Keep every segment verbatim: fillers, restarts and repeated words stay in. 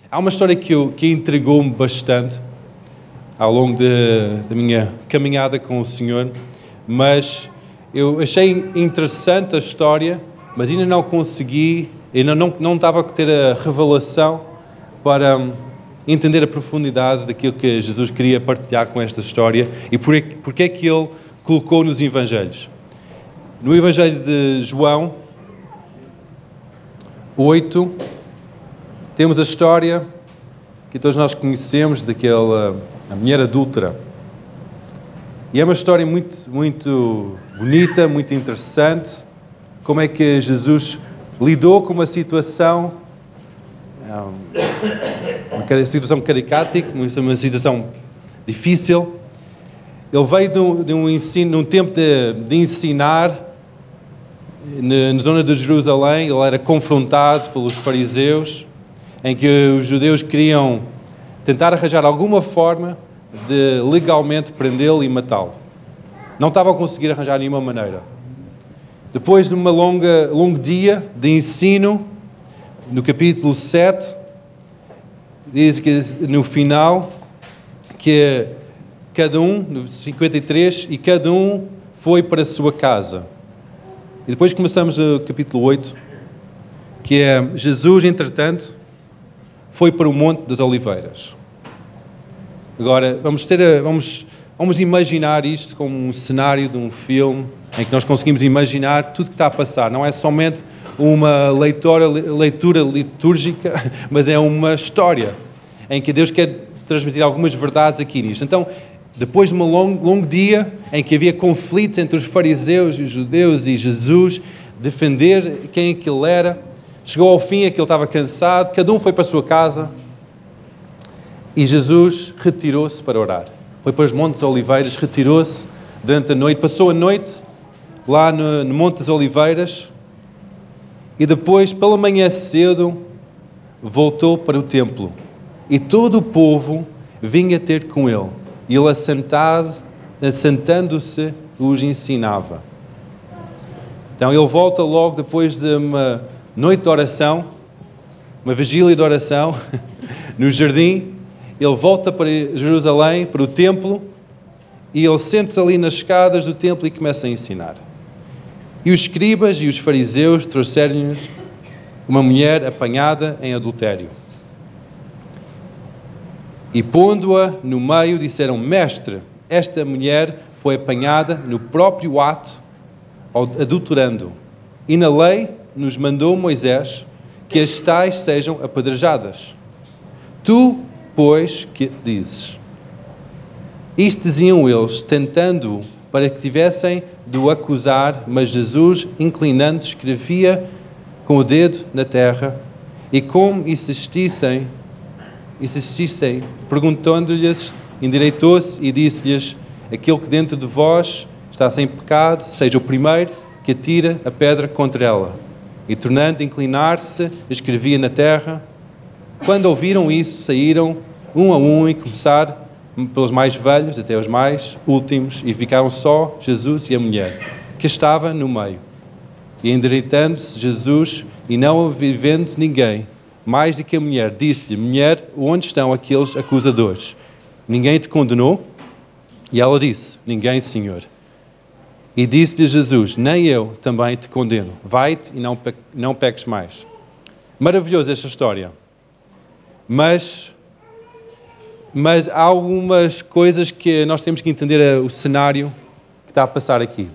Há uma história que, eu, que intrigou-me bastante ao longo de, da minha caminhada com o Senhor, mas eu achei interessante a história, mas ainda não consegui, ainda não, não estava a ter a revelação para entender a profundidade daquilo que Jesus queria partilhar com esta história e porque é que Ele colocou nos Evangelhos. No Evangelho de João oito, temos a história que todos nós conhecemos daquela a mulher adúltera. E é uma história muito, muito bonita, muito interessante. Como é que Jesus lidou com uma situação, uma situação caricata, uma situação difícil. Ele veio de um, de um ensino, de um tempo de, de ensinar na, na zona de Jerusalém. Ele era confrontado pelos fariseus, em que os judeus queriam tentar arranjar alguma forma de legalmente prendê-lo e matá-lo. Não estavam a conseguir arranjar nenhuma maneira. Depois de uma longa, longo dia de ensino, no capítulo sete, diz que no final, que cada um, no cinquenta e três, e cada um foi para a sua casa. E depois começamos o capítulo oito, que é Jesus, entretanto, foi para o Monte das Oliveiras. Agora, vamos, ter a, vamos, vamos imaginar isto como um cenário de um filme em que nós conseguimos imaginar tudo o que está a passar. Não é somente uma leitura, leitura litúrgica, mas é uma história em que Deus quer transmitir algumas verdades aqui nisto. Então, depois de um longo, longo dia em que havia conflitos entre os fariseus e os judeus e Jesus, defender quem aquilo era, chegou ao fim, aquele estava cansado, cada um foi para a sua casa e Jesus retirou-se para orar. Foi para os Montes Oliveiras, retirou-se durante a noite, passou a noite lá no, no Monte das Oliveiras e depois, pela manhã cedo, voltou para o templo. E todo o povo vinha ter com ele. E ele, assentado, assentando-se, os ensinava. Então ele volta logo depois de uma noite de oração, uma vigília de oração, no jardim. Ele volta para Jerusalém, para o templo, e ele senta-se ali nas escadas do templo e começa a ensinar. E os escribas e os fariseus trouxeram-lhes uma mulher apanhada em adultério. E pondo-a no meio, disseram: Mestre, esta mulher foi apanhada no próprio ato, adulterando. E na lei nos mandou Moisés que as tais sejam apedrejadas. Tu, pois, que dizes? Isto diziam eles, tentando para que tivessem de o acusar, mas Jesus, inclinando-se, escrevia com o dedo na terra, e como insistissem, insistissem, perguntando-lhes, endireitou-se e disse-lhes: aquele que dentro de vós está sem pecado, seja o primeiro que atira a pedra contra ela. E tornando a inclinar-se, escrevia na terra. Quando ouviram isso, saíram um a um e começaram pelos mais velhos até os mais últimos, e ficaram só Jesus e a mulher, que estava no meio. E endireitando-se Jesus, e não vivendo ninguém, mais do que a mulher, disse-lhe: mulher, onde estão aqueles acusadores? Ninguém te condenou? E ela disse: ninguém, Senhor. E disse-lhe Jesus: nem eu também te condeno. Vai-te e não, pe- não peques mais. Maravilhosa esta história. Mas, mas há algumas coisas que nós temos que entender o cenário que está a passar aqui.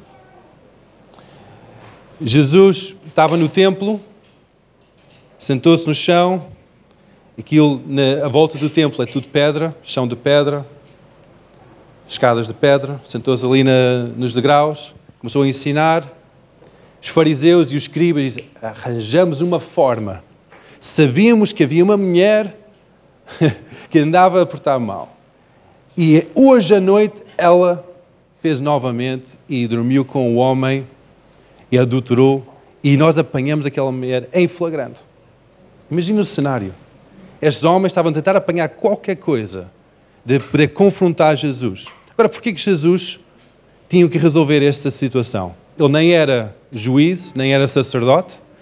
Jesus estava no templo, sentou-se no chão, aquilo, na, a volta do templo é tudo pedra, chão de pedra, escadas de pedra, sentou-se ali na, nos degraus, começou a ensinar. Os fariseus e os escribas dizem: arranjamos uma forma. Sabíamos que havia uma mulher que andava a portar mal. E hoje à noite ela fez novamente e dormiu com o homem e adulterou, e nós apanhamos aquela mulher em flagrante. Imagina o cenário. Estes homens estavam a tentar apanhar qualquer coisa de poder confrontar Jesus. Agora, porquê que Jesus tinha que resolver esta situação? Ele nem era juiz, nem era sacerdote,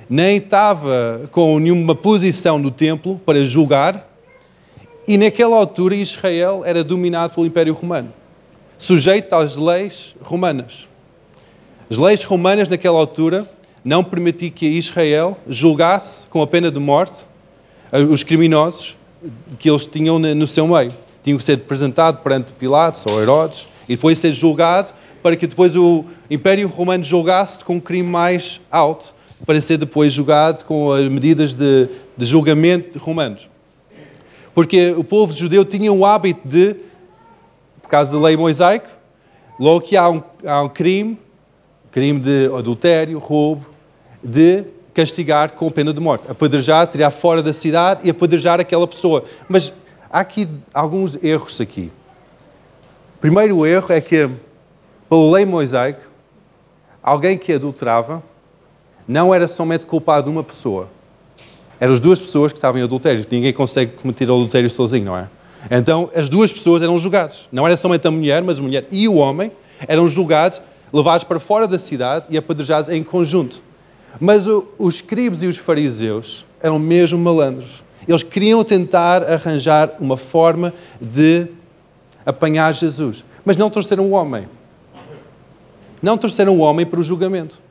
nem estava com nenhuma posição no templo para julgar, e naquela altura Israel era dominado pelo Império Romano, sujeito às leis romanas. As leis romanas naquela altura não permitiam que Israel julgasse com a pena de morte os criminosos que eles tinham no seu meio. Tinham que ser apresentados perante Pilatos ou Herodes e depois ser julgado para que depois o Império Romano julgasse com um crime mais alto, para ser depois julgado com as medidas de, de julgamento romanos. Porque o povo judeu tinha o hábito de, por causa da lei mosaica, logo que há um, há um crime, crime de adultério, roubo, de castigar com pena de morte. Apedrejar, tirar fora da cidade e apedrejar aquela pessoa. Mas há aqui alguns erros aqui. O primeiro erro é que, pela lei mosaica, alguém que adulterava não era somente culpado de uma pessoa. Eram as duas pessoas que estavam em adultério. Ninguém consegue cometer adultério sozinho, não é? Então, as duas pessoas eram julgadas. Não era somente a mulher, mas a mulher e o homem eram julgados, levados para fora da cidade e apedrejados em conjunto. Mas o, os escribas e os fariseus eram mesmo malandros. Eles queriam tentar arranjar uma forma de apanhar Jesus. Mas não trouxeram o homem. Não trouxeram o homem para o julgamento.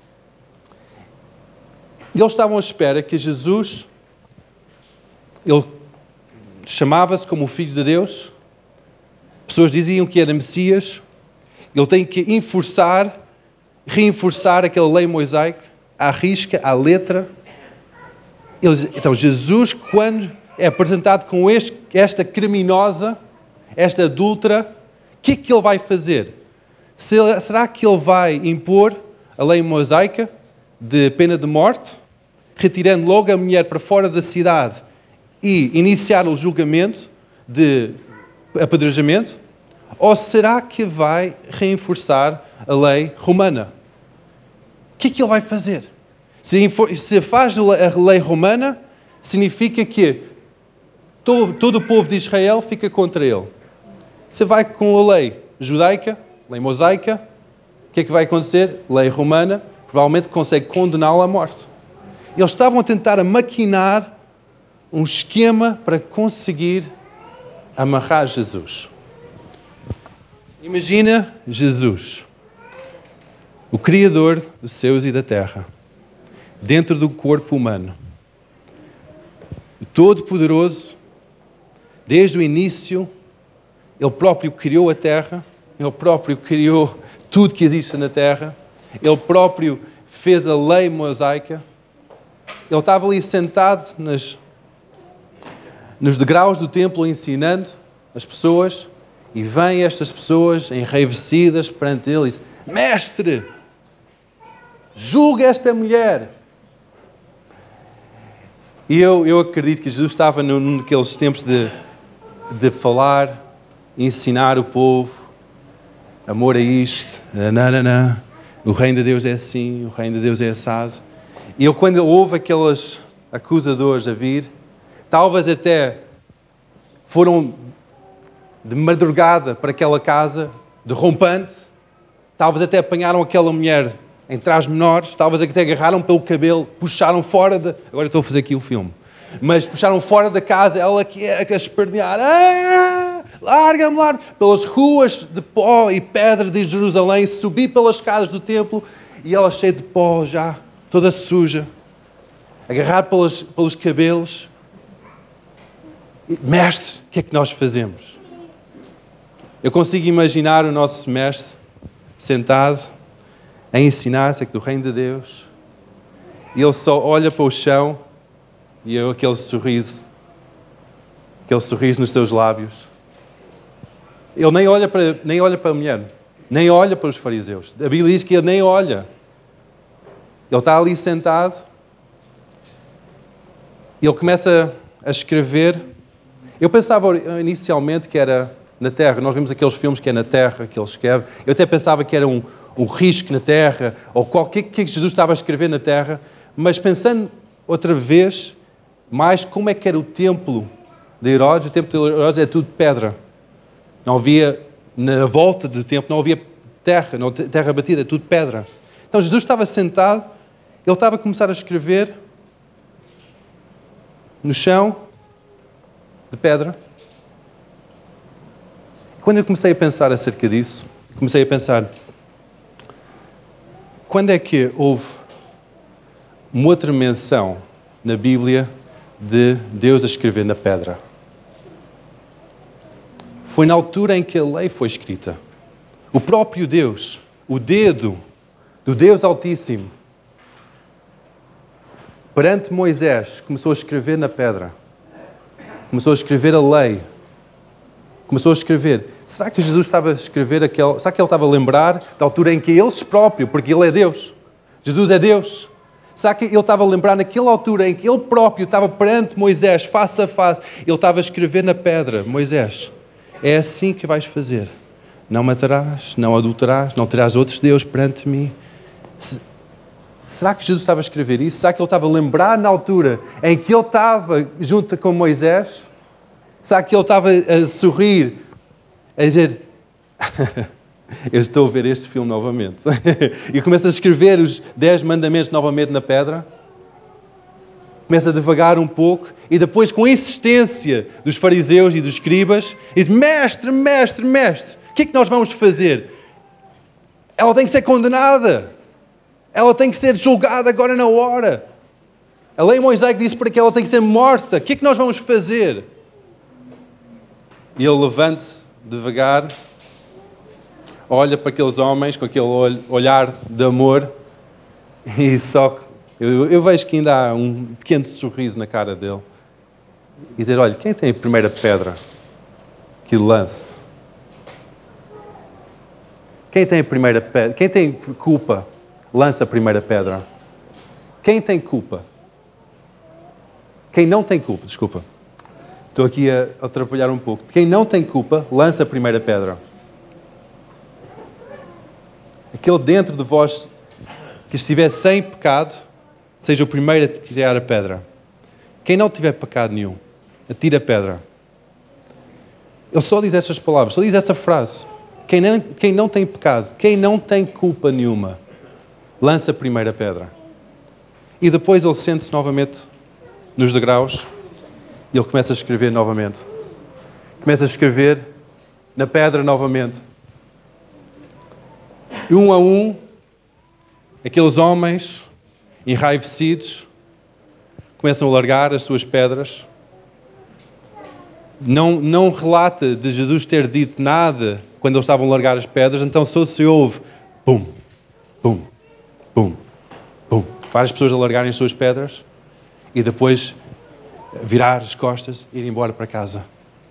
E eles estavam à espera que Jesus, ele chamava-se como o Filho de Deus, pessoas diziam que era Messias, ele tem que enforçar, reenforçar aquela lei mosaica, à risca, à letra. Eles, então, Jesus, quando é apresentado com este, esta criminosa, esta adúltera, o que é que ele vai fazer? Será que ele vai impor a lei mosaica de pena de morte, retirando logo a mulher para fora da cidade e iniciar o julgamento de apedrejamento? Ou será que vai reforçar a lei romana? O que é que ele vai fazer? Se, se faz a lei romana, significa que todo, todo o povo de Israel fica contra ele. Se vai com a lei judaica, lei mosaica, o que é que vai acontecer? Lei romana, provavelmente consegue condená-lo à morte. Eles estavam a tentar a maquinar um esquema para conseguir amarrar Jesus. Imagina Jesus, o Criador dos céus e da terra, dentro do corpo humano, Todo-Poderoso, desde o início, Ele próprio criou a terra, Ele próprio criou tudo que existe na terra, Ele próprio fez a lei mosaica. Ele estava ali sentado nas, nos degraus do templo ensinando as pessoas e vêm estas pessoas enraivecidas perante ele e dizem: Mestre, julga esta mulher. E eu, eu acredito que Jesus estava num daqueles tempos de, de falar, ensinar o povo, amor é isto, nananana, o reino de Deus é assim, o reino de Deus é assado. E ele, quando houve aqueles acusadores a vir, talvez até foram de madrugada para aquela casa, de rompante, talvez até apanharam aquela mulher em trás menores, talvez até agarraram pelo cabelo, puxaram fora da... Agora estou a fazer aqui o filme. Mas puxaram fora da casa, ela que é a espernear, ah, larga-me, larga pelas ruas de pó e pedra de Jerusalém, subi pelas escadas do templo e ela cheia de pó já, toda suja, agarrar pelos, pelos cabelos. Mestre, o que é que nós fazemos? Eu consigo imaginar o nosso mestre sentado a ensinar acerca do reino de Deus e ele só olha para o chão e eu, aquele sorriso, aquele sorriso nos seus lábios. Ele nem olha para, nem olha para a mulher, nem olha para os fariseus. A Bíblia diz que ele nem olha. Ele está ali sentado e ele começa a escrever. Eu pensava inicialmente que era na terra. Nós vimos aqueles filmes que é na terra que ele escreve. Eu até pensava que era um, um risco na terra ou qualquer que Jesus estava a escrever na terra. Mas pensando outra vez, mais como é que era o templo de Herodes. O templo de Herodes é tudo pedra. Não havia, na volta do templo, não havia terra, não, terra batida, é tudo pedra. Então Jesus estava sentado Ele estava a começar a escrever no chão de pedra. Quando eu comecei a pensar acerca disso, comecei a pensar, quando é que houve uma outra menção na Bíblia de Deus a escrever na pedra? Foi na altura em que a lei foi escrita. O próprio Deus, o dedo do Deus Altíssimo, perante Moisés, começou a escrever na pedra. Começou a escrever a lei. Começou a escrever. Será que Jesus estava a escrever aquele... Será que ele estava a lembrar da altura em que ele próprio, porque ele é Deus, Jesus é Deus. Será que ele estava a lembrar naquela altura em que ele próprio estava perante Moisés, face a face, ele estava a escrever na pedra, Moisés, é assim que vais fazer. Não matarás, não adulterarás, não terás outros deuses perante mim. Será que Jesus estava a escrever isso? Será que ele estava a lembrar na altura em que ele estava junto com Moisés? Será que ele estava a sorrir, a dizer, eu estou a ver este filme novamente. E começa a escrever os dez mandamentos novamente na pedra. Começa devagar um pouco e depois, com a insistência dos fariseus e dos escribas, diz, mestre, mestre, mestre, o que é que nós vamos fazer? Ela tem que ser condenada. Ela tem que ser julgada agora na hora. A lei mosaica disse para que ela tem que ser morta. O que é que nós vamos fazer? E ele levanta-se devagar, olha para aqueles homens com aquele olhar de amor e só... Eu, eu vejo que ainda há um pequeno sorriso na cara dele. E dizer, olha, quem tem a primeira pedra que lance? Quem tem a primeira pedra? Quem tem culpa? Lança a primeira pedra. Quem tem culpa? Quem não tem culpa, desculpa. Estou aqui a atrapalhar um pouco. Quem não tem culpa, lança a primeira pedra. Aquele dentro de vós que estiver sem pecado, seja o primeiro a tirar a pedra. Quem não tiver pecado nenhum, atira a pedra. Ele só diz estas palavras, só diz essa frase. Quem não, quem não tem pecado, quem não tem culpa nenhuma, lança a primeira pedra. E depois ele sente-se novamente nos degraus e ele começa a escrever novamente. Começa a escrever na pedra novamente. Um a um, aqueles homens enraivecidos começam a largar as suas pedras. Não, não relata de Jesus ter dito nada quando eles estavam a largar as pedras, então só se ouve pum, pum, pum, pum. Várias pessoas a largarem as suas pedras e depois virar as costas e ir embora para casa.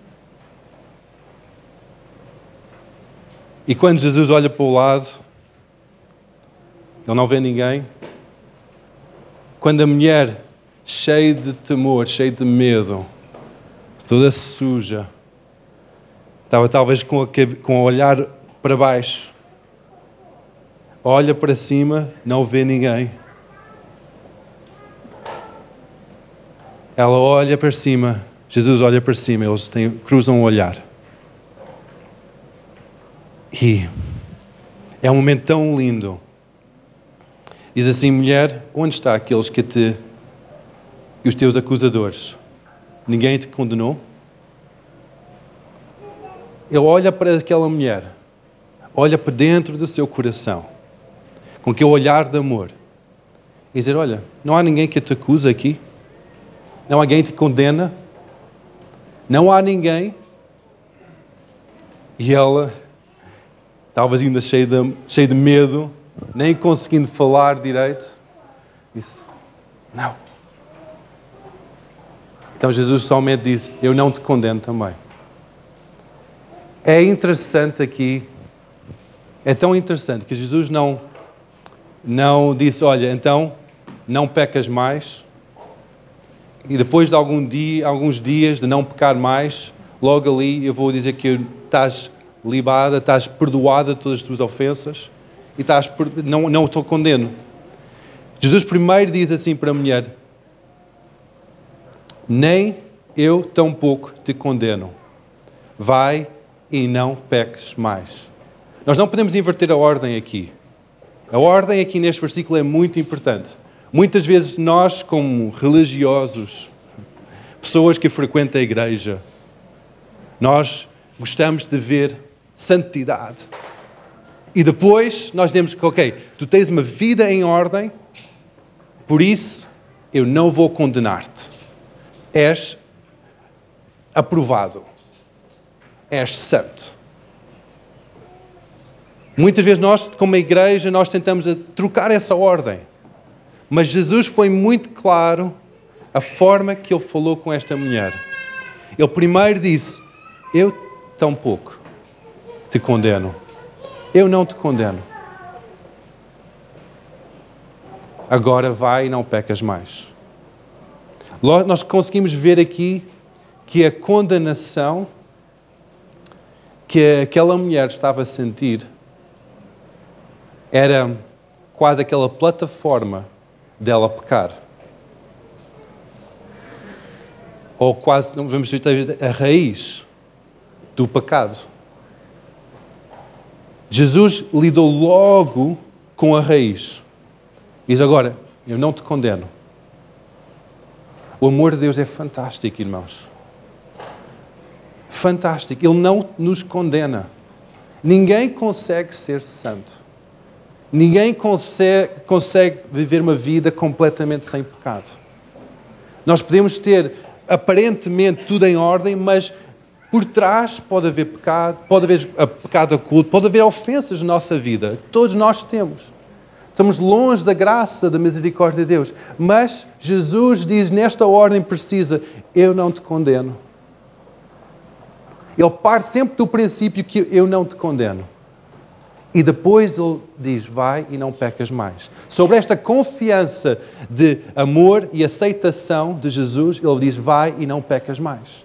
E quando Jesus olha para o lado, ele não vê ninguém. Quando a mulher, cheia de temor, cheia de medo, toda suja, estava talvez com, a, com o olhar para baixo, olha para cima, não vê ninguém. Ela olha para cima, Jesus olha para cima, eles têm, cruzam o olhar. E é um momento tão lindo. Diz assim, mulher, onde está aqueles que te... e os teus acusadores? Ninguém te condenou? Ele olha para aquela mulher, olha para dentro do seu coração, com aquele olhar de amor, e dizer, olha, não há ninguém que te acusa aqui? Não há ninguém que te condena? Não há ninguém? E ela, talvez ainda cheia de, cheia de medo, nem conseguindo falar direito, disse, não. Então Jesus somente diz, eu não te condeno também. É interessante aqui, é tão interessante que Jesus não, não disse, olha, então, não pecas mais, e depois de algum dia, alguns dias de não pecar mais, logo ali eu vou dizer que estás libada, estás perdoada de todas as tuas ofensas, e estás, não, não te condeno. Jesus primeiro diz assim para a mulher, nem eu tampouco te condeno. Vai e não peques mais. Nós não podemos inverter a ordem aqui. A ordem aqui neste versículo é muito importante. Muitas vezes nós, como religiosos, pessoas que frequentam a igreja, nós gostamos de ver santidade. E depois nós dizemos que, ok, tu tens uma vida em ordem, por isso eu não vou condenar-te. És aprovado. És santo. Muitas vezes nós, como igreja, nós tentamos trocar essa ordem. Mas Jesus foi muito claro a forma que ele falou com esta mulher. Ele primeiro disse, eu tampouco te condeno. Eu não te condeno. Agora vai e não pecas mais. Nós conseguimos ver aqui que a condenação que aquela mulher estava a sentir era quase aquela plataforma dela pecar. Ou quase, vamos dizer, a raiz do pecado. Jesus lidou logo com a raiz. Diz agora, eu não te condeno. O amor de Deus é fantástico, irmãos. Fantástico. Ele não nos condena. Ninguém consegue ser santo. Ninguém consegue, consegue viver uma vida completamente sem pecado. Nós podemos ter aparentemente tudo em ordem, mas por trás pode haver pecado, pode haver pecado oculto, pode haver ofensas na nossa vida. Todos nós temos. Estamos longe da graça, da misericórdia de Deus. Mas Jesus diz nesta ordem precisa, eu não te condeno. Ele parte sempre do princípio que eu não te condeno. E depois ele diz, vai e não pecas mais. Sobre esta confiança de amor e aceitação de Jesus, ele diz, vai e não pecas mais.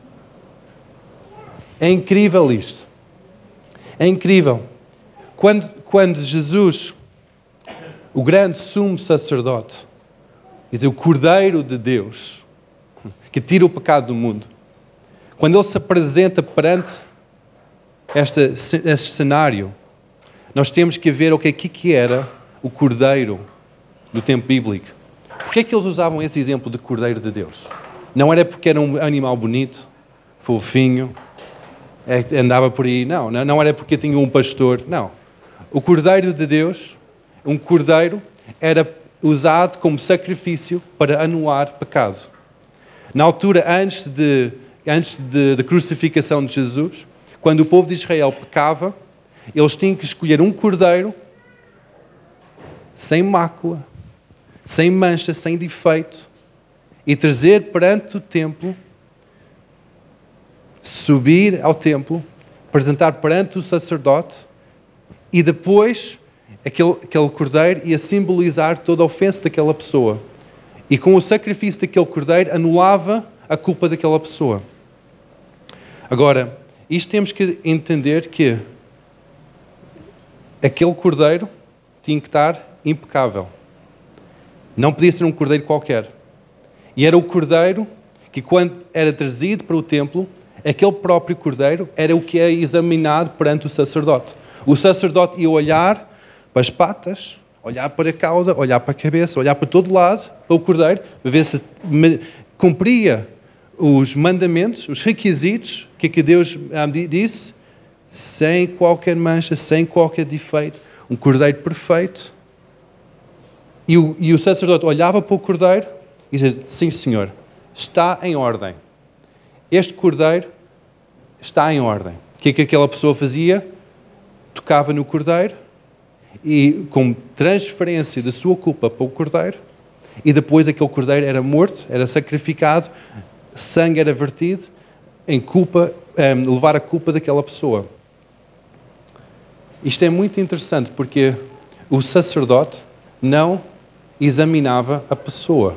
É incrível isto. É incrível. Quando, quando Jesus, o grande sumo sacerdote, quer dizer, o Cordeiro de Deus, que tira o pecado do mundo, quando ele se apresenta perante esta, este cenário, nós temos que ver o que, que era o Cordeiro do tempo bíblico. Porquê é que eles usavam esse exemplo de Cordeiro de Deus? Não era porque era um animal bonito, fofinho, andava por aí. Não, não era porque tinha um pastor. Não. O Cordeiro de Deus, um cordeiro, era usado como sacrifício para anular pecado. Na altura, antes de, antes de, da crucificação de Jesus, quando o povo de Israel pecava, eles tinham que escolher um cordeiro sem mácula, sem mancha, sem defeito, e trazer perante o templo, subir ao templo, apresentar perante o sacerdote, e depois aquele, aquele cordeiro ia simbolizar toda a ofensa daquela pessoa. E com o sacrifício daquele cordeiro anulava a culpa daquela pessoa. Agora, isto temos que entender que aquele cordeiro tinha que estar impecável. Não podia ser um cordeiro qualquer. E era o cordeiro que, quando era trazido para o templo, aquele próprio cordeiro era o que é examinado perante o sacerdote. O sacerdote ia olhar para as patas, olhar para a cauda, olhar para a cabeça, olhar para todo lado, para o cordeiro, para ver se cumpria os mandamentos, os requisitos que, que Deus disse, sem qualquer mancha, sem qualquer defeito, um cordeiro perfeito. E o, e o sacerdote olhava para o cordeiro e dizia, sim senhor, está em ordem. Este cordeiro está em ordem. O que é que aquela pessoa fazia? Tocava no cordeiro e com transferência da sua culpa para o cordeiro, e depois aquele cordeiro era morto, era sacrificado, sangue era vertido em culpa, um, levar a culpa daquela pessoa. Isto é muito interessante porque o sacerdote não examinava a pessoa.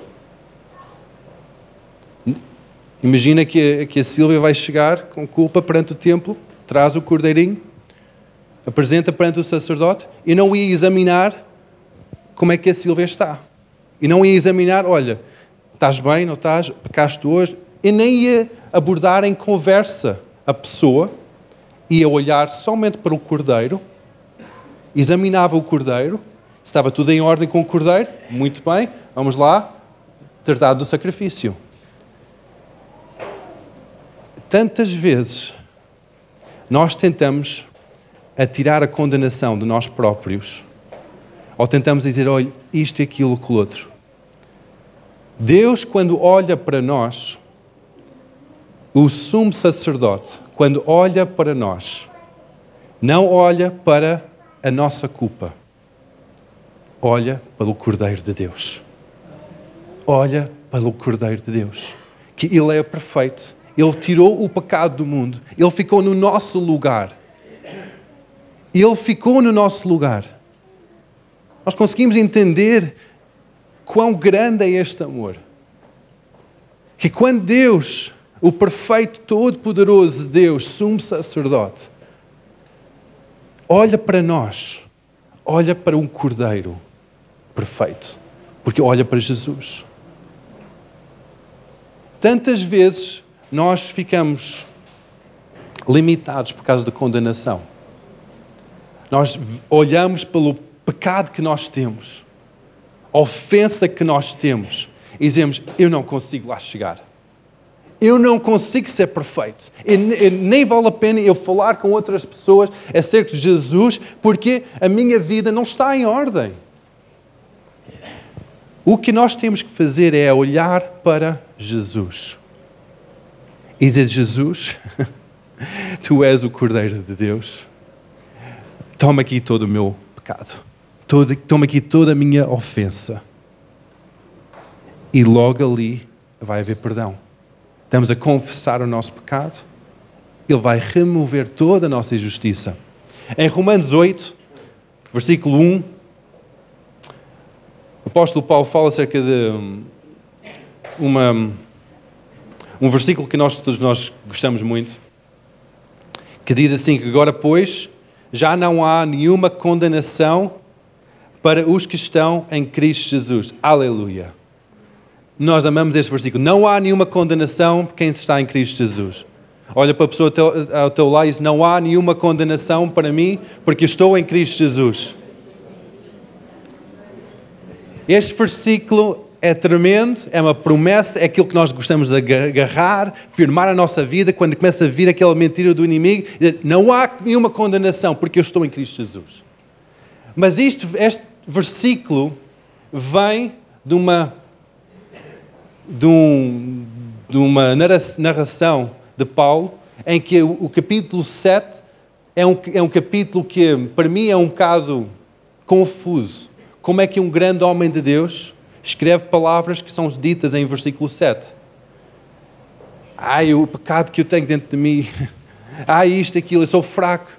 Imagina que, que a Sílvia vai chegar com culpa perante o templo, traz o cordeirinho, apresenta perante o sacerdote e não ia examinar como é que a Sílvia está. E não ia examinar, olha, estás bem, não estás, pecaste hoje. E nem ia abordar em conversa a pessoa, ia olhar somente para o cordeiro, examinava o cordeiro. Estava tudo em ordem com o cordeiro? Muito bem, vamos lá, tratar do sacrifício. Tantas vezes nós tentamos atirar a condenação de nós próprios, ou tentamos dizer, olha, isto e aquilo, aquilo outro. Deus, quando olha para nós, o sumo sacerdote, quando olha para nós, não olha para a nossa culpa, olha para o Cordeiro de Deus. Olha para o Cordeiro de Deus, que Ele é perfeito. Ele tirou o pecado do mundo. Ele ficou no nosso lugar. Ele ficou no nosso lugar. Nós conseguimos entender quão grande é este amor. Que quando Deus, o perfeito, todo-poderoso Deus, sumo sacerdote, olha para nós, olha para um Cordeiro perfeito, porque olha para Jesus. Tantas vezes nós ficamos limitados por causa da condenação. Nós olhamos pelo pecado que nós temos, a ofensa que nós temos, e dizemos, eu não consigo lá chegar. Eu não consigo ser perfeito. E nem vale a pena eu falar com outras pessoas acerca de Jesus, porque a minha vida não está em ordem. O que nós temos que fazer é olhar para Jesus e dizer, Jesus, Tu és o Cordeiro de Deus. Toma aqui todo o meu pecado. Todo, toma aqui toda a minha ofensa. E logo ali vai haver perdão. Estamos a confessar o nosso pecado. Ele vai remover toda a nossa injustiça. Em Romanos oito, versículo um, o apóstolo Paulo fala acerca de uma, um versículo que nós, todos nós gostamos muito, que diz assim, que agora, pois, já não há nenhuma condenação para os que estão em Cristo Jesus. Aleluia. Nós amamos este versículo. Não há nenhuma condenação para quem está em Cristo Jesus. Olha para a pessoa ao teu, ao teu lado e diz, não há nenhuma condenação para mim, porque estou em Cristo Jesus. Este versículo é tremendo, é uma promessa, é aquilo que nós gostamos de agarrar, firmar a nossa vida, quando começa a vir aquela mentira do inimigo, dizer, não há nenhuma condenação, porque eu estou em Cristo Jesus. Mas isto, este versículo vem de uma, de, um, de uma narração de Paulo, em que o, o capítulo sete é um, é um capítulo que, para mim, é um bocado confuso. Como é que um grande homem de Deus escreve palavras que são ditas em versículo sete? Ai, o pecado que eu tenho dentro de mim. Ai, isto, aquilo, eu sou fraco.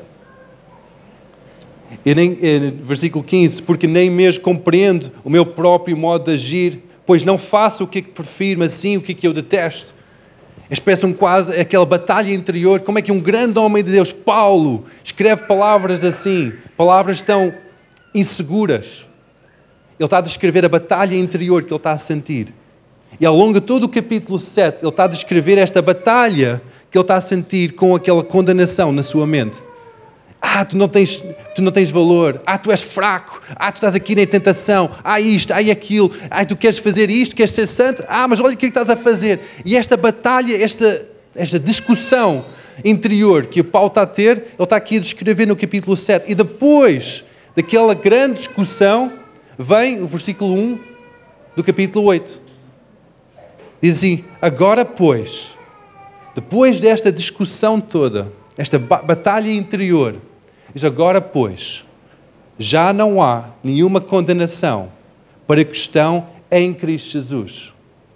E nem, versículo quinze, porque nem mesmo compreendo o meu próprio modo de agir, pois não faço o que é que prefiro, mas sim o que é que eu detesto. Expressam quase aquela batalha interior. Como é que um grande homem de Deus, Paulo, escreve palavras assim, palavras tão inseguras? Ele está a descrever a batalha interior que ele está a sentir. E ao longo de todo o capítulo sete, ele está a descrever esta batalha que ele está a sentir com aquela condenação na sua mente. Ah, tu não tens, tu não tens valor. Ah, tu és fraco. Ah, tu estás aqui na tentação. Ah, isto, ah, aquilo. Ah, tu queres fazer isto, queres ser santo. Ah, mas olha o que é que estás a fazer. E esta batalha, esta, esta discussão interior que o Paulo está a ter, ele está aqui a descrever no capítulo sete. E depois daquela grande discussão, vem o versículo um do capítulo oito. Diz assim, agora pois, depois desta discussão toda, esta batalha interior, diz agora pois, já não há nenhuma condenação para que estão em Cristo Jesus.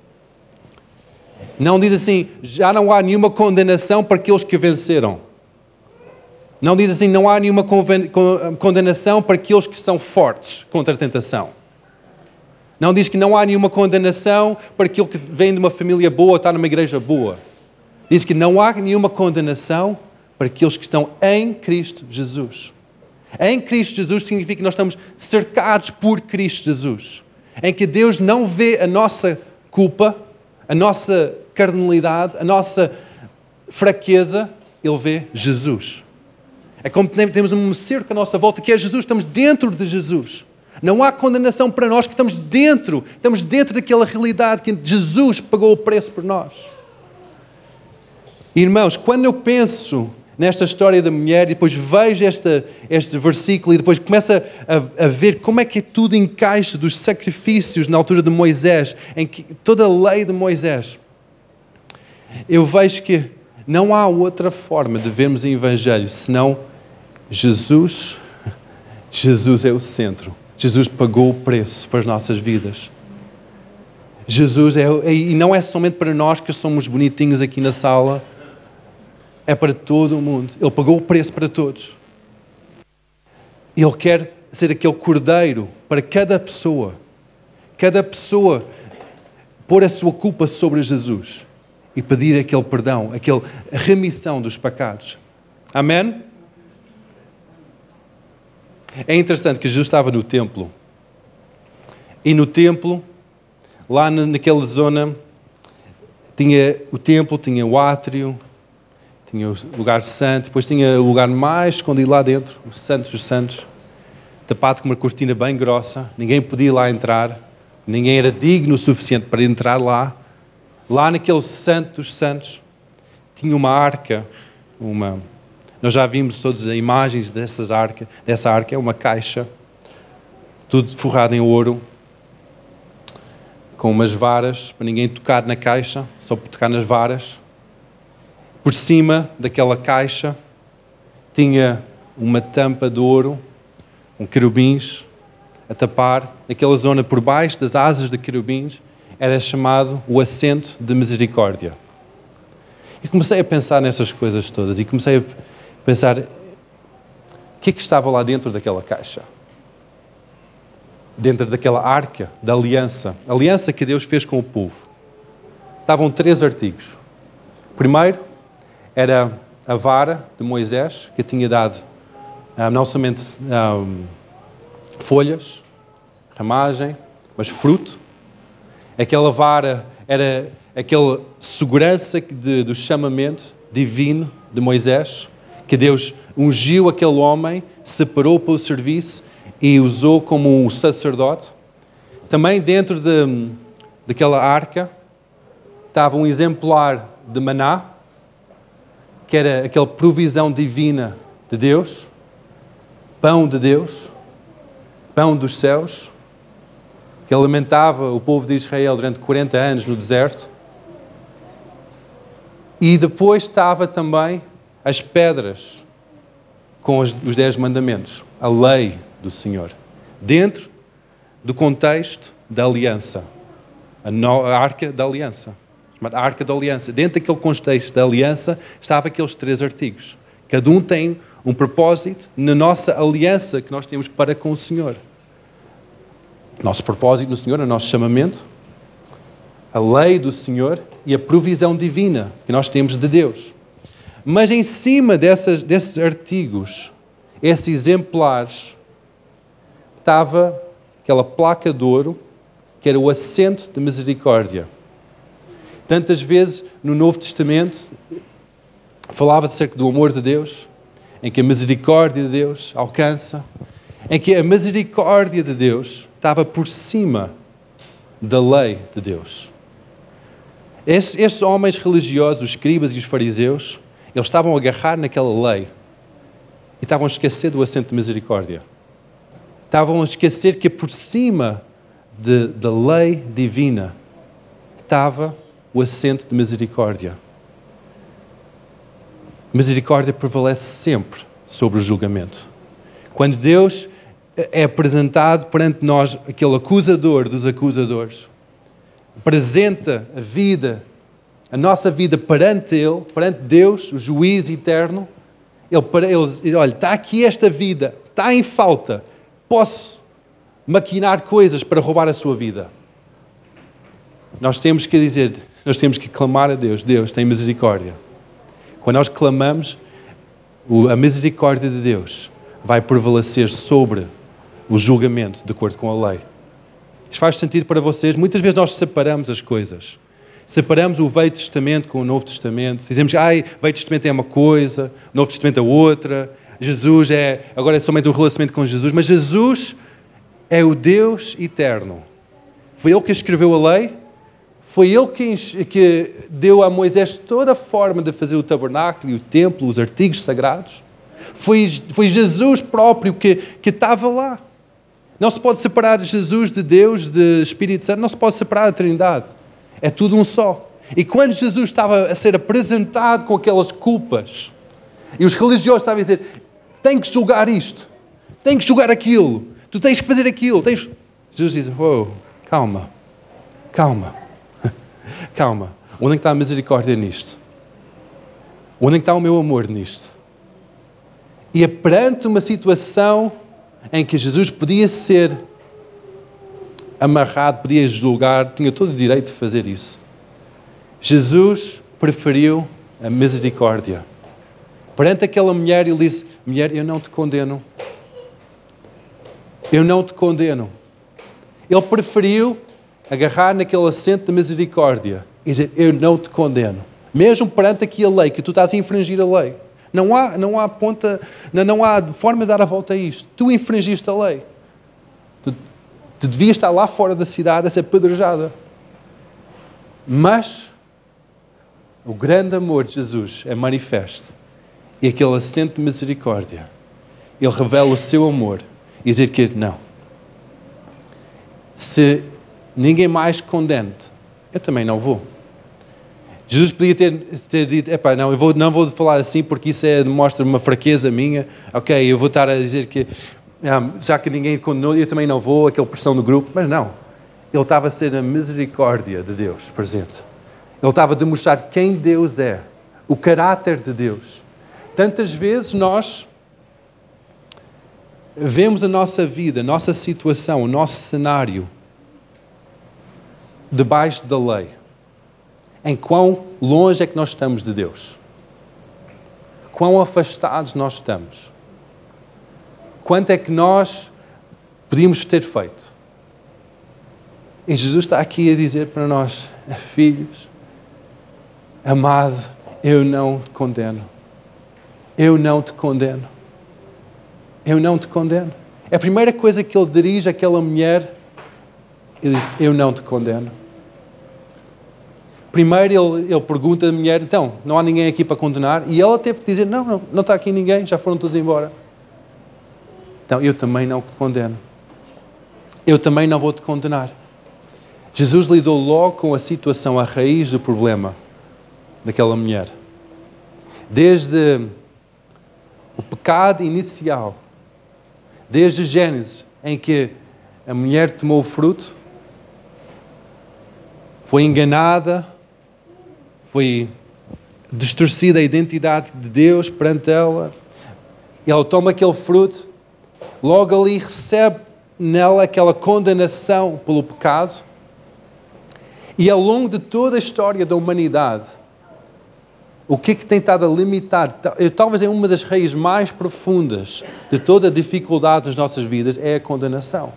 Não diz assim, já não há nenhuma condenação para aqueles que venceram. Não diz assim, não há nenhuma condenação para aqueles que são fortes contra a tentação. Não diz que não há nenhuma condenação para aquele que vem de uma família boa ou está numa igreja boa. Diz que não há nenhuma condenação para aqueles que estão em Cristo Jesus. Em Cristo Jesus significa que nós estamos cercados por Cristo Jesus. Em que Deus não vê a nossa culpa, a nossa carnalidade, a nossa fraqueza, Ele vê Jesus. É como temos um cerco à nossa volta, que é Jesus, estamos dentro de Jesus. Não há condenação para nós que estamos dentro, estamos dentro daquela realidade que Jesus pagou o preço por nós. Irmãos, quando eu penso nesta história da mulher e depois vejo esta, este versículo e depois começo a, a ver como é que tudo encaixa dos sacrifícios na altura de Moisés, em que toda a lei de Moisés, eu vejo que não há outra forma de vermos o Evangelho senão Jesus. Jesus é o centro. Jesus pagou o preço para as nossas vidas. Jesus é, e não é somente para nós que somos bonitinhos aqui na sala, é para todo o mundo. Ele pagou o preço para todos. Ele quer ser aquele cordeiro para cada pessoa. Cada pessoa pôr a sua culpa sobre Jesus e pedir aquele perdão, aquela remissão dos pecados. Amém? É interessante que Jesus estava no templo. E no templo, lá naquela zona, tinha o templo, tinha o átrio, tinha o lugar santo, depois tinha o lugar mais escondido lá dentro, o Santo dos Santos, tapado com uma cortina bem grossa, ninguém podia lá entrar, ninguém era digno o suficiente para entrar lá. Lá naquele Santo dos Santos, tinha uma arca, uma... Nós já vimos todas as imagens dessas arca, dessa arca, é uma caixa, tudo forrado em ouro, com umas varas, para ninguém tocar na caixa, só por tocar nas varas. Por cima daquela caixa tinha uma tampa de ouro, com querubins a tapar. Naquela zona por baixo das asas de querubins era chamado o assento de misericórdia. E comecei a pensar nessas coisas todas e comecei a pensar, o que é que estava lá dentro daquela caixa? Dentro daquela arca da aliança, a aliança que Deus fez com o povo. Estavam três artigos. Primeiro, era a vara de Moisés, que tinha dado ah, não somente ah, folhas, ramagem, mas fruto. Aquela vara era aquela segurança de, do chamamento divino de Moisés, que Deus ungiu aquele homem, separou para o serviço e usou como um sacerdote. Também dentro de, daquela arca estava um exemplar de maná, que era aquela provisão divina de Deus, pão de Deus, pão dos céus, que alimentava o povo de Israel durante quarenta anos no deserto. E depois estava também as pedras com os, os dez mandamentos, a lei do Senhor, dentro do contexto da aliança, a, no, a arca da aliança, chamada arca da aliança. Dentro daquele contexto da aliança estavam aqueles três artigos. Cada um tem um propósito na nossa aliança que nós temos para com o Senhor. Nosso propósito no Senhor, o nosso chamamento, a lei do Senhor e a provisão divina que nós temos de Deus. Mas em cima dessas, desses artigos, esses exemplares, estava aquela placa de ouro que era o assento de misericórdia. Tantas vezes no Novo Testamento falava acerca do amor de Deus, em que a misericórdia de Deus alcança, em que a misericórdia de Deus estava por cima da lei de Deus. Estes, estes homens religiosos, os escribas e os fariseus, eles estavam a agarrar naquela lei e estavam a esquecer do assento de misericórdia. Estavam a esquecer que por cima de, da lei divina estava o assento de misericórdia. Misericórdia prevalece sempre sobre o julgamento. Quando Deus é apresentado perante nós, aquele acusador dos acusadores, apresenta a vida, a nossa vida perante Ele, perante Deus, o juiz eterno, Ele, para, ele olha, está aqui esta vida, está em falta, posso maquinar coisas para roubar a sua vida. Nós temos que dizer, nós temos que clamar a Deus, Deus tem misericórdia. Quando nós clamamos, a misericórdia de Deus vai prevalecer sobre o julgamento de acordo com a lei. Isto faz sentido para vocês? Muitas vezes nós separamos as coisas. Separamos o Velho Testamento com o Novo Testamento. Dizemos que ai, o Velho Testamento é uma coisa, o Novo Testamento é outra. Jesus é, agora é somente um relacionamento com Jesus. Mas Jesus é o Deus eterno. Foi Ele que escreveu a lei, foi Ele que, que deu a Moisés toda a forma de fazer o tabernáculo e o templo, os artigos sagrados. Foi, foi Jesus próprio que, que estava lá. Não se pode separar Jesus de Deus, de Espírito Santo, não se pode separar a Trindade. É tudo um só. E quando Jesus estava a ser apresentado com aquelas culpas, e os religiosos estavam a dizer, tem que julgar isto, tem que julgar aquilo, tu tens que fazer aquilo. Tens... Jesus diz, oh, calma, calma, calma. Onde é que está a misericórdia nisto? Onde é que está o meu amor nisto? E perante uma situação em que Jesus podia ser amarrado, podia julgar, tinha todo o direito de fazer isso. Jesus preferiu a misericórdia. Perante aquela mulher, ele disse, mulher, eu não te condeno. Eu não te condeno. Ele preferiu agarrar naquele assento de misericórdia e dizer, eu não te condeno. Mesmo perante aqui a lei, que tu estás a infringir a lei. Não há, não há ponta, não, não há forma de dar a volta a isto. Tu infringiste a lei. Tu, tu devias estar lá fora da cidade a ser apedrejada. Mas o grande amor de Jesus é manifesto. E aquele assento de misericórdia, Ele revela o seu amor e dizer que não. Se ninguém mais condene-te, eu também não vou. Jesus podia ter, ter dito, epá, não, eu vou, não vou falar assim porque isso é, mostra uma fraqueza minha. Ok, eu vou estar a dizer que, já que ninguém condenou, eu também não vou, aquela pressão do grupo. Mas não, Ele estava a ser a misericórdia de Deus presente. Ele estava a demonstrar quem Deus é, o caráter de Deus. Tantas vezes nós vemos a nossa vida, a nossa situação, o nosso cenário debaixo da lei. Em quão longe é que nós estamos de Deus? Quão afastados nós estamos? Quanto é que nós podíamos ter feito? E Jesus está aqui a dizer para nós, filhos, amado, eu não te condeno. Eu não te condeno. Eu não te condeno. É a primeira coisa que ele dirige àquela mulher, ele diz, eu não te condeno. Primeiro ele, ele pergunta à mulher, então, não há ninguém aqui para condenar? E ela teve que dizer, não, não, não está aqui ninguém, já foram todos embora. Então, eu também não te condeno. Eu também não vou te condenar. Jesus lidou logo com a situação, a raiz do problema daquela mulher. Desde o pecado inicial, desde Gênesis, em que a mulher tomou o fruto, foi enganada, foi distorcida a identidade de Deus perante ela, e ela toma aquele fruto, logo ali recebe nela aquela condenação pelo pecado, e ao longo de toda a história da humanidade, o que é que tem estado a limitar, talvez é uma das raízes mais profundas de toda a dificuldade nas nossas vidas, é a condenação.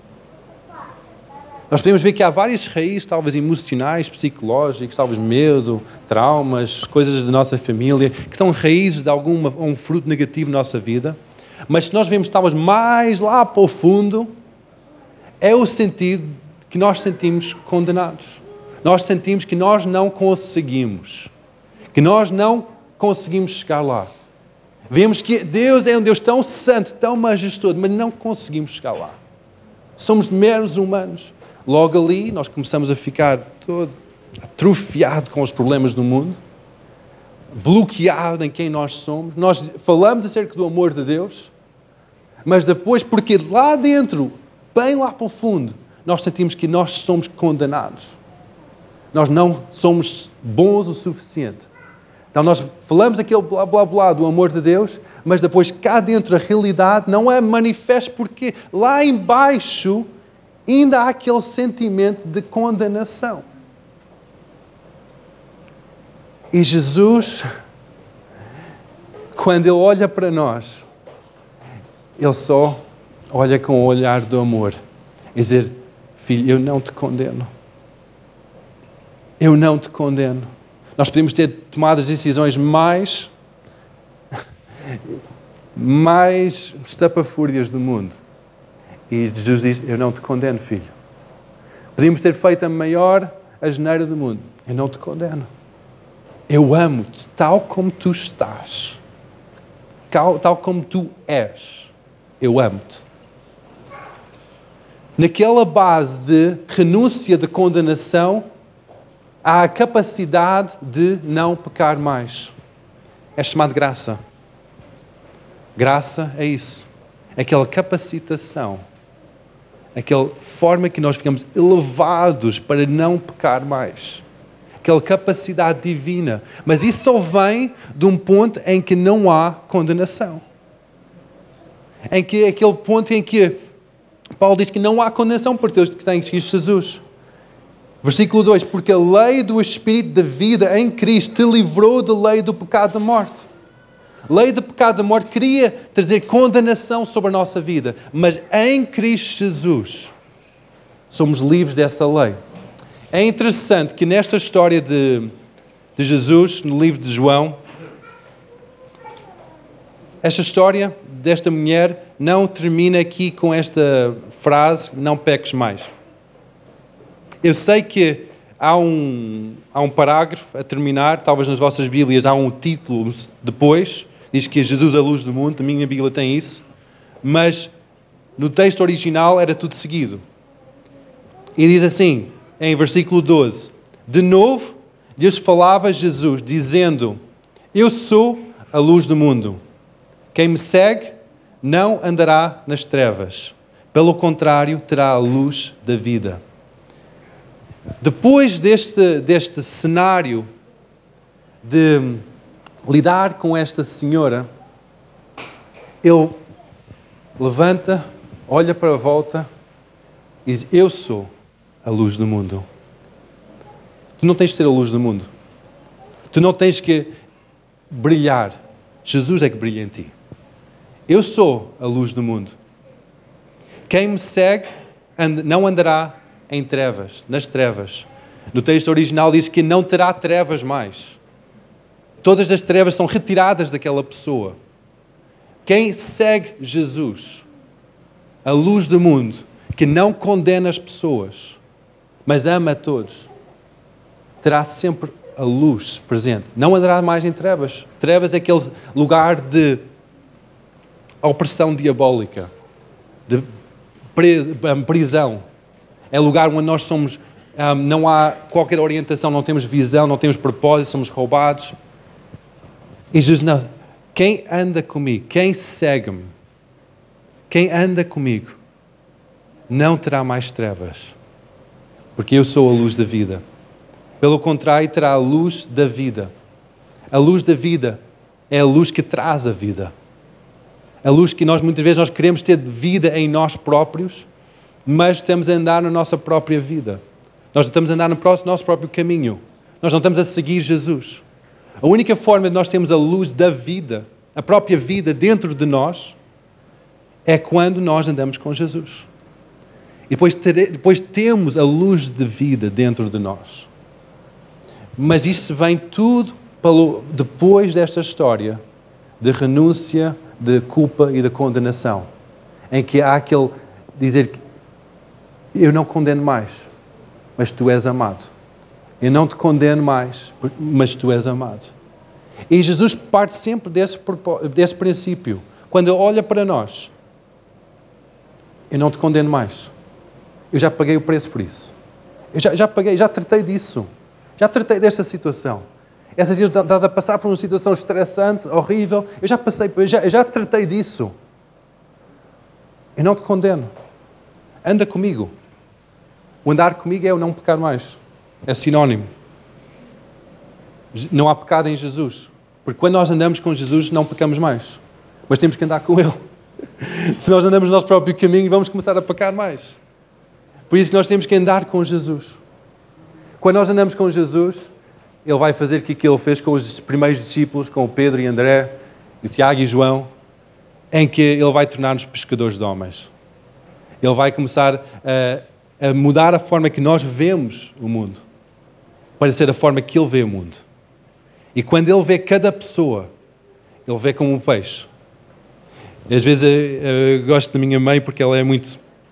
Nós podemos ver que há várias raízes, talvez emocionais, psicológicas, talvez medo, traumas, coisas da nossa família, que são raízes de algum um fruto negativo na nossa vida. Mas se nós vemos talvez mais lá para o fundo, é o sentido que nós sentimos condenados. Nós sentimos que nós não conseguimos. Que nós não conseguimos chegar lá. Vemos que Deus é um Deus tão santo, tão majestoso, mas não conseguimos chegar lá. Somos meros humanos. Logo ali, nós começamos a ficar todo atrofiado com os problemas do mundo, bloqueado em quem nós somos. Nós falamos acerca do amor de Deus, mas depois, porque lá dentro, bem lá para o fundo, nós sentimos que nós somos condenados. Nós não somos bons o suficiente. Então nós falamos aquele blá blá blá do amor de Deus, mas depois cá dentro a realidade não é manifesta porque lá embaixo ainda há aquele sentimento de condenação. E Jesus, quando Ele olha para nós, Ele só olha com o olhar do amor. E dizer, filho, eu não te condeno. Eu não te condeno. Nós podemos ter tomado as decisões mais, mais estapafúrdias do mundo. E Jesus diz, eu não te condeno, filho. Podíamos ter feito a maior asneira do mundo. Eu não te condeno. Eu amo-te tal como tu estás. Tal, tal como tu és. Eu amo-te. Naquela base de renúncia de condenação, há a capacidade de não pecar mais. É chamado graça. Graça é isso. É aquela capacitação. Aquela forma que nós ficamos elevados para não pecar mais. Aquela capacidade divina. Mas isso só vem de um ponto em que não há condenação. Em que aquele ponto em que Paulo diz que não há condenação para aqueles que têm Cristo Jesus. Versículo dois. Porque a lei do Espírito da vida em Cristo te livrou da lei do pecado da morte. Lei do pecado da morte queria trazer condenação sobre a nossa vida. Mas em Cristo Jesus somos livres dessa lei. É interessante que nesta história de, de Jesus, no livro de João, esta história desta mulher não termina aqui com esta frase, não peques mais. Eu sei que há um, há um parágrafo a terminar, talvez nas vossas Bíblias há um título depois, diz que é Jesus a luz do mundo, a minha Bíblia tem isso, mas no texto original era tudo seguido. E diz assim, em versículo doze, de novo lhes falava Jesus, dizendo, eu sou a luz do mundo. Quem me segue não andará nas trevas. Pelo contrário, terá a luz da vida. Depois deste, deste cenário de lidar com esta senhora, ele levanta, olha para a volta e diz, eu sou a luz do mundo. Tu não tens de ser a luz do mundo. Tu não tens que brilhar. Jesus é que brilha em ti. Eu sou a luz do mundo. Quem me segue não andará em trevas, nas trevas. No texto original diz que não terá trevas mais. Todas as trevas são retiradas daquela pessoa. Quem segue Jesus, a luz do mundo, que não condena as pessoas, mas ama a todos, terá sempre a luz presente. Não andará mais em trevas. Trevas é aquele lugar de opressão diabólica, de prisão. É lugar onde nós somos, um, não há qualquer orientação, não temos visão, não temos propósito, somos roubados. E Jesus, não, quem anda comigo, quem segue-me, quem anda comigo, não terá mais trevas, porque eu sou a luz da vida. Pelo contrário, terá a luz da vida. A luz da vida é a luz que traz a vida. A luz que nós, muitas vezes, nós queremos ter vida em nós próprios, mas estamos a andar na nossa própria vida. Nós estamos a andar no nosso próprio caminho. Nós não estamos a seguir Jesus. A única forma de nós termos a luz da vida, a própria vida dentro de nós, é quando nós andamos com Jesus. E depois, ter, depois temos a luz de vida dentro de nós. Mas isso vem tudo pelo, depois desta história de renúncia, de culpa e de condenação, em que há aquele dizer que eu não condeno mais, mas tu és amado. Eu não te condeno mais, mas tu és amado. E Jesus parte sempre desse, desse princípio. Quando Ele olha para nós, eu não te condeno mais. Eu já paguei o preço por isso. Eu já, já paguei, já tratei disso. Já tratei desta situação. Essa situação, estás a passar por uma situação estressante, horrível. Eu já passei, eu já, eu já tratei disso. Eu não te condeno. Anda comigo. O andar comigo é o não pecar mais. É sinónimo. Não há pecado em Jesus. Porque quando nós andamos com Jesus, não pecamos mais. Mas temos que andar com Ele. Se nós andamos no nosso próprio caminho, vamos começar a pecar mais. Por isso nós temos que andar com Jesus. Quando nós andamos com Jesus, Ele vai fazer o que Ele fez com os primeiros discípulos, com o Pedro e André, o Tiago e João, em que Ele vai tornar-nos pescadores de homens. Ele vai começar a, a mudar a forma que nós vemos o mundo, para ser a forma que Ele vê o mundo. E quando Ele vê cada pessoa, Ele vê como um peixe. E às vezes eu, eu gosto da minha mãe porque ela é muito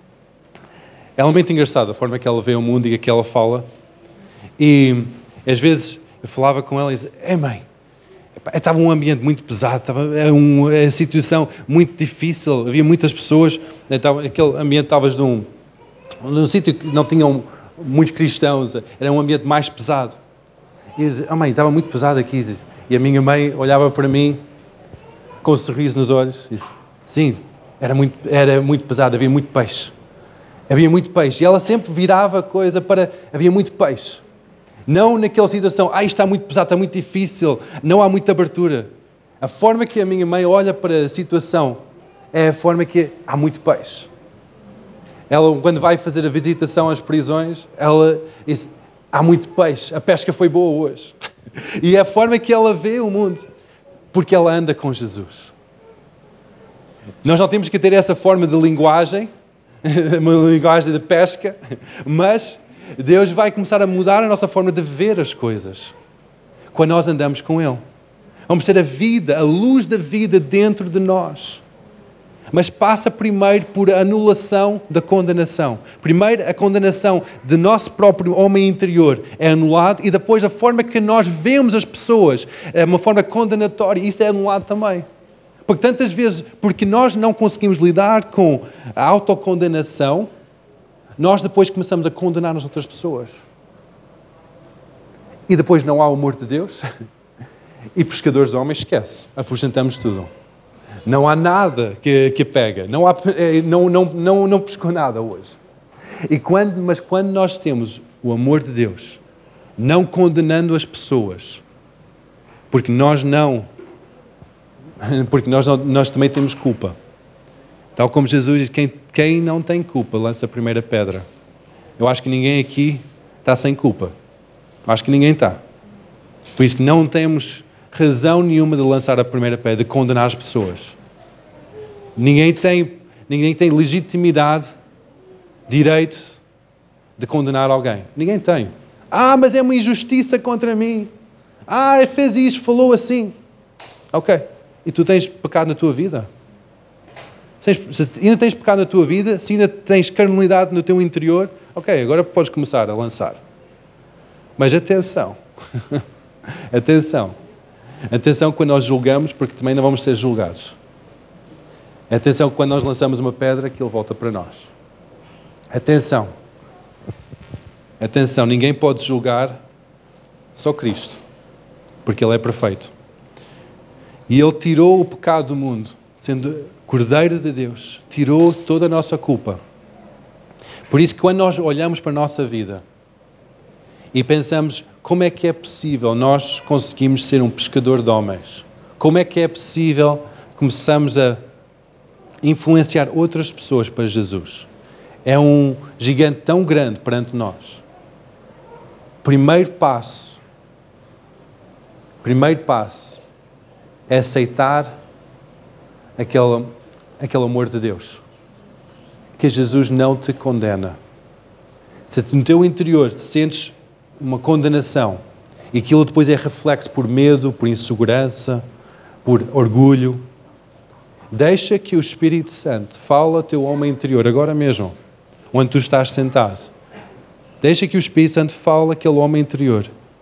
Ela é muito engraçada, a forma que ela vê o mundo e que ela fala. E às vezes eu falava com ela e dizia, é mãe, estava um ambiente muito pesado, estava uma situação muito difícil, havia muitas pessoas, estava, aquele ambiente estavas num, num sítio que não tinham muitos cristãos, era um ambiente mais pesado. E eu dizia, oh mãe, estava muito pesado aqui. E a minha mãe olhava para mim com um sorriso nos olhos e disse, sim, era muito, era muito pesado, havia muito peixe. Havia muito peixe. E ela sempre virava a coisa para... Havia muito peixe. Não naquela situação, ah, isto está muito pesado, está muito difícil, não há muita abertura. A forma que a minha mãe olha para a situação é a forma que há muito peixe. Ela, quando vai fazer a visitação às prisões, ela diz, há muito peixe, a pesca foi boa hoje. E é a forma que ela vê o mundo, porque ela anda com Jesus. Nós não temos que ter essa forma de linguagem, uma linguagem de pesca, mas Deus vai começar a mudar a nossa forma de ver as coisas quando nós andamos com Ele. Vamos ter a vida, a luz da vida dentro de nós. Mas passa primeiro por a anulação da condenação. Primeiro a condenação de nosso próprio homem interior é anulado e depois a forma que nós vemos as pessoas é uma forma condenatória e isso é anulado também. Porque tantas vezes, porque nós não conseguimos lidar com a autocondenação, nós depois começamos a condenar as outras pessoas. E depois não há o amor de Deus. E pescadores de homens, esquece. Afugentamos tudo. Não há nada que, que pega. Não, há, não, não, não, não pescou nada hoje. E quando, mas quando nós temos o amor de Deus, não condenando as pessoas, porque nós não... Porque nós, não, nós também temos culpa. Tal como Jesus diz, quem, quem não tem culpa, lança a primeira pedra. Eu acho que ninguém aqui está sem culpa. Eu acho que ninguém está. Por isso que não temos razão nenhuma de lançar a primeira pedra, de condenar as pessoas. Ninguém tem, ninguém tem legitimidade, direito de condenar alguém. Ninguém tem. Ah, mas é uma injustiça contra mim. Ah, fez isto, falou assim. Ok. E tu tens pecado na tua vida? Se ainda tens pecado na tua vida, se ainda tens carnalidade no teu interior, ok, agora podes começar a lançar. Mas atenção. Atenção. Atenção quando nós julgamos, porque também não vamos ser julgados. Atenção quando nós lançamos uma pedra, aquilo volta para nós. Atenção. Atenção, ninguém pode julgar, só Cristo. Porque Ele é perfeito. E Ele tirou o pecado do mundo, sendo Cordeiro de Deus, tirou toda a nossa culpa. Por isso que quando nós olhamos para a nossa vida e pensamos como é que é possível nós conseguirmos ser um pescador de homens, como é que é possível começarmos a influenciar outras pessoas para Jesus, é um gigante tão grande perante nós. Primeiro passo, primeiro passo, é aceitar aquele, aquele amor de Deus. Que Jesus não te condena. Se no teu interior te sentes uma condenação e aquilo depois é reflexo por medo, por insegurança, por orgulho, deixa que o Espírito Santo fale ao teu homem interior, agora mesmo, onde tu estás sentado. Deixa que o Espírito Santo fale àquele homem interior.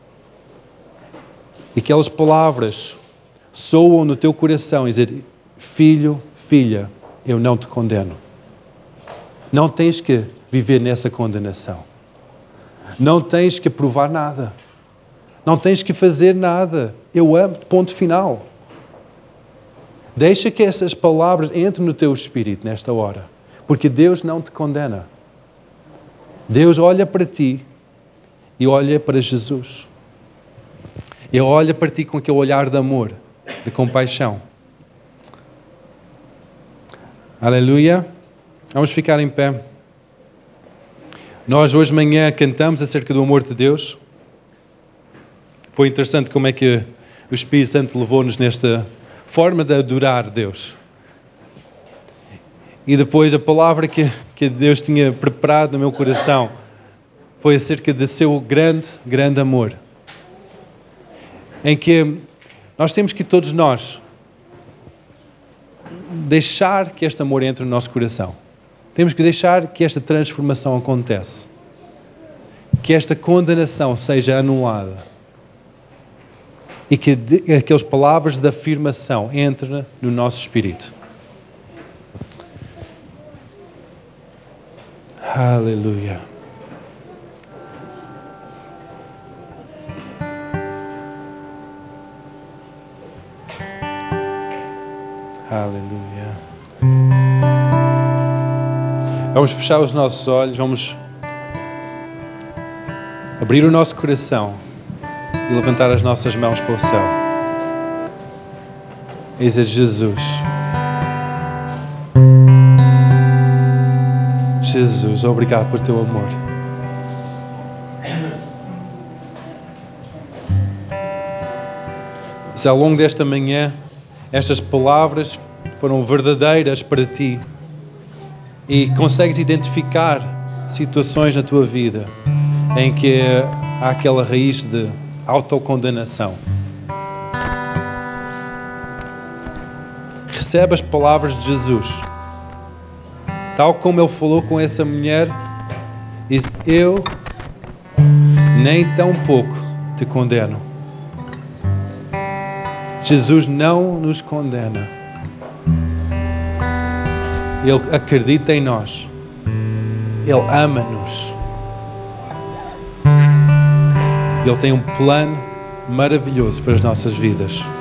E aquelas palavras soam no teu coração e dizer, filho, filha, eu não te condeno. Não tens que viver nessa condenação. Não tens que provar nada. Não tens que fazer nada. Eu amo, ponto final. Deixa que essas palavras entrem no teu espírito nesta hora. Porque Deus não te condena. Deus olha para ti e olha para Jesus. Ele olha para ti com aquele olhar de amor, de compaixão. Aleluia. Vamos ficar em pé. Nós hoje de manhã cantamos acerca do amor de Deus. Foi interessante como é que o Espírito Santo levou-nos nesta forma de adorar Deus. E depois a palavra que, que Deus tinha preparado no meu coração foi acerca de seu grande, grande amor. Em que nós temos que todos nós deixar que este amor entre no nosso coração. Temos que deixar que esta transformação aconteça. Que esta condenação seja anulada. E que de, aquelas palavras de afirmação entrem no nosso espírito. Aleluia. Aleluia. Vamos fechar os nossos olhos, vamos abrir o nosso coração e levantar as nossas mãos para o céu. E dizer: Jesus, Jesus, obrigado por teu amor. Se ao longo desta manhã estas palavras foram verdadeiras para ti e consegues identificar situações na tua vida em que há aquela raiz de autocondenação, recebe as palavras de Jesus, tal como Ele falou com essa mulher. Diz: eu nem tão pouco te condeno. Jesus não nos condena. Ele acredita em nós. Ele ama-nos. Ele tem um plano maravilhoso para as nossas vidas.